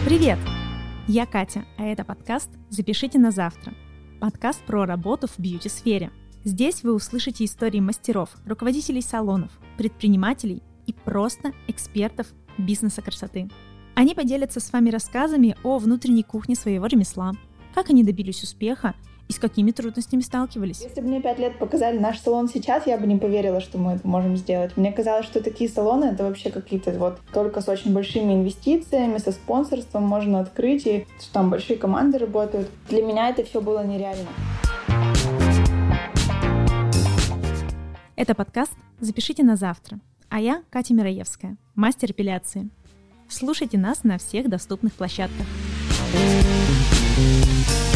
Привет! Я Катя, а это подкаст «Запишите на завтра». Подкаст про работу в бьюти-сфере. Здесь вы услышите истории мастеров, руководителей салонов, предпринимателей и просто экспертов бизнеса красоты. Они поделятся с вами рассказами о внутренней кухне своего ремесла, как они добились успеха и с какими трудностями сталкивались. Если бы мне 5 лет показали наш салон сейчас, я бы не поверила, что мы это можем сделать. Мне казалось, что такие салоны — это вообще какие-то только с очень большими инвестициями, со спонсорством можно открыть, и что там большие команды работают. Для меня это все было нереально. Это подкаст «Запишите на завтра», а я Катя Мираевская, мастер эпиляции. Слушайте нас на всех доступных площадках.